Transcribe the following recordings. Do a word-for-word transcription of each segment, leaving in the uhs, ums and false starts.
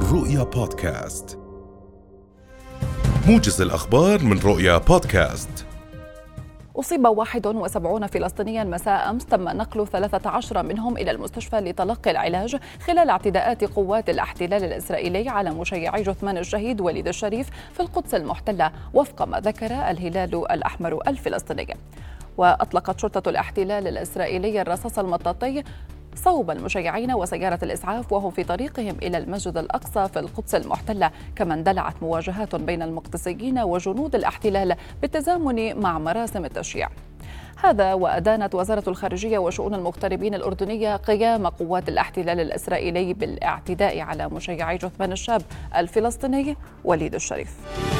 رؤيا بودكاست، موجز الأخبار من رؤيا بودكاست. أصيب واحد وسبعين فلسطينيا مساء أمس، تم نقل ثلاثة عشر منهم إلى المستشفى لتلقي العلاج خلال اعتداءات قوات الاحتلال الإسرائيلي على مشيعي جثمان الشهيد وليد الشريف في القدس المحتلة، وفق ما ذكر الهلال الأحمر الفلسطيني. وأطلقت شرطة الاحتلال الإسرائيلي الرصاص المطاطي صوب المشيعين وسيارة الإسعاف وهم في طريقهم إلى المسجد الأقصى في القدس المحتلة، كما اندلعت مواجهات بين المقتصيين وجنود الاحتلال بالتزامن مع مراسم التشييع. هذا وأدانت وزارة الخارجية وشؤون المغتربين الأردنية قيام قوات الاحتلال الإسرائيلي بالاعتداء على مشيعي جثمان الشاب الفلسطيني وليد الشريف.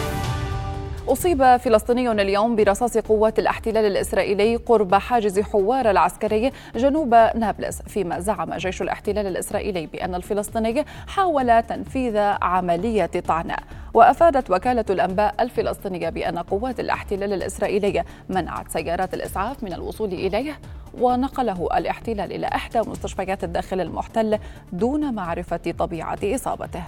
أصيب فلسطيني اليوم برصاص قوات الاحتلال الإسرائيلي قرب حاجز حوار العسكري جنوب نابلس، فيما زعم جيش الاحتلال الإسرائيلي بأن الفلسطيني حاول تنفيذ عملية طعنة. وأفادت وكالة الأنباء الفلسطينية بأن قوات الاحتلال الإسرائيلي منعت سيارات الإسعاف من الوصول إليه، ونقله الاحتلال إلى إحدى مستشفيات الداخل المحتل دون معرفة طبيعة إصابته.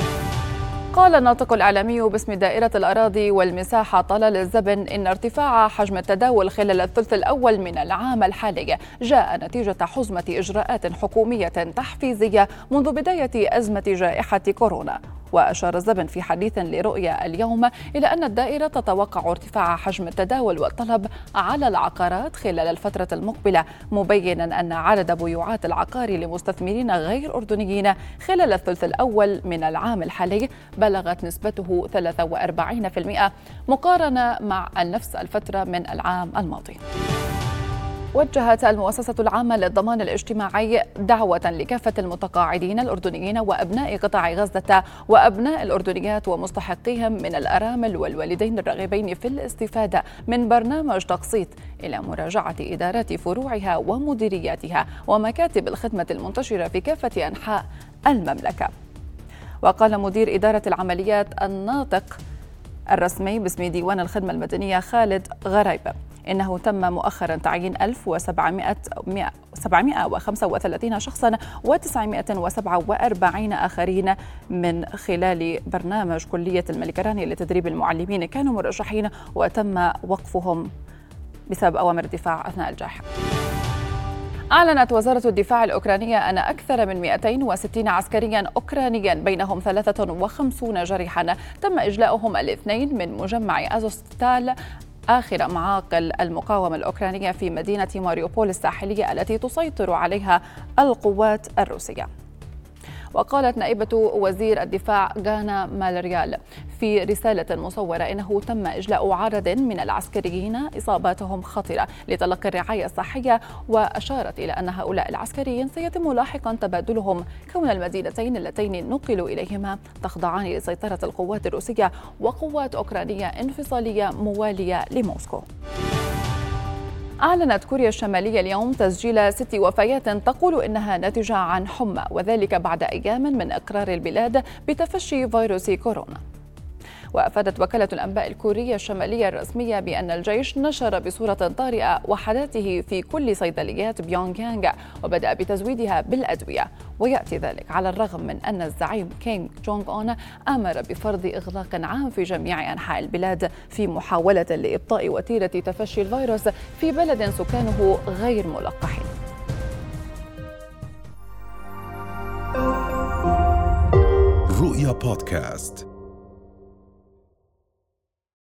قال الناطق الإعلامي باسم دائرة الأراضي والمساحة طلال الزبن إن ارتفاع حجم التداول خلال الثلث الأول من العام الحالي جاء نتيجة حزمة إجراءات حكومية تحفيزية منذ بداية أزمة جائحة كورونا. وأشار الزبن في حديث لرؤيا اليوم إلى أن الدائرة تتوقع ارتفاع حجم التداول والطلب على العقارات خلال الفترة المقبلة، مبينا أن عدد بيوعات العقار لمستثمرين غير أردنيين خلال الثلث الأول من العام الحالي بلغت نسبته ثلاثة وأربعين بالمئة مقارنة مع نفس الفترة من العام الماضي. وجهت المؤسسة العامة للضمان الاجتماعي دعوة لكافة المتقاعدين الأردنيين وأبناء قطاع غزة وأبناء الأردنيات ومستحقيهم من الأرامل والوالدين الراغبين في الاستفادة من برنامج تقسيط إلى مراجعة إدارات فروعها ومديرياتها ومكاتب الخدمة المنتشرة في كافة أنحاء المملكة. وقال مدير إدارة العمليات الناطق الرسمي باسم ديوان الخدمة المدنية خالد غرايبة إنه تم مؤخرا تعيين ألف وسبعمائة وخمسة وثلاثين شخصا وتسعمائة وسبعة وأربعين آخرين من خلال برنامج كلية الملكراني لتدريب المعلمين كانوا مرشحين وتم وقفهم بسبب أوامر الدفاع أثناء الجائحة. أعلنت وزارة الدفاع الأوكرانية أن أكثر من مئتين وستين عسكريا أوكرانيا بينهم ثلاثة وخمسين جريحا تم إجلاؤهم الاثنين من مجمع أزوستال آخر معاقل المقاومة الأوكرانية في مدينة ماريوبول الساحلية التي تسيطر عليها القوات الروسية. وقالت نائبة وزير الدفاع غانا مالريال في رسالة مصورة إنه تم إجلاء عدد من العسكريين إصاباتهم خطرة لتلقي الرعاية الصحية، وأشارت إلى أن هؤلاء العسكريين سيتم لاحقا تبادلهم كون المدينتين اللتين نقلوا إليهما تخضعان لسيطرة القوات الروسية وقوات أوكرانية انفصالية موالية لموسكو. أعلنت كوريا الشمالية اليوم تسجيل ست وفيات تقول إنها ناتجة عن حمى، وذلك بعد أيام من إقرار البلاد بتفشي فيروس كورونا. وأفادت وكالة الأنباء الكورية الشمالية الرسمية بأن الجيش نشر بصورة طارئة وحداته في كل صيدليات بيونغ يانغ وبدأ بتزويدها بالأدوية، ويأتي ذلك على الرغم من أن الزعيم كيم جونغ أون أمر بفرض إغلاق عام في جميع أنحاء البلاد في محاولة لإبطاء وتيرة تفشي الفيروس في بلد سكانه غير ملقحين. رؤيا بودكاست.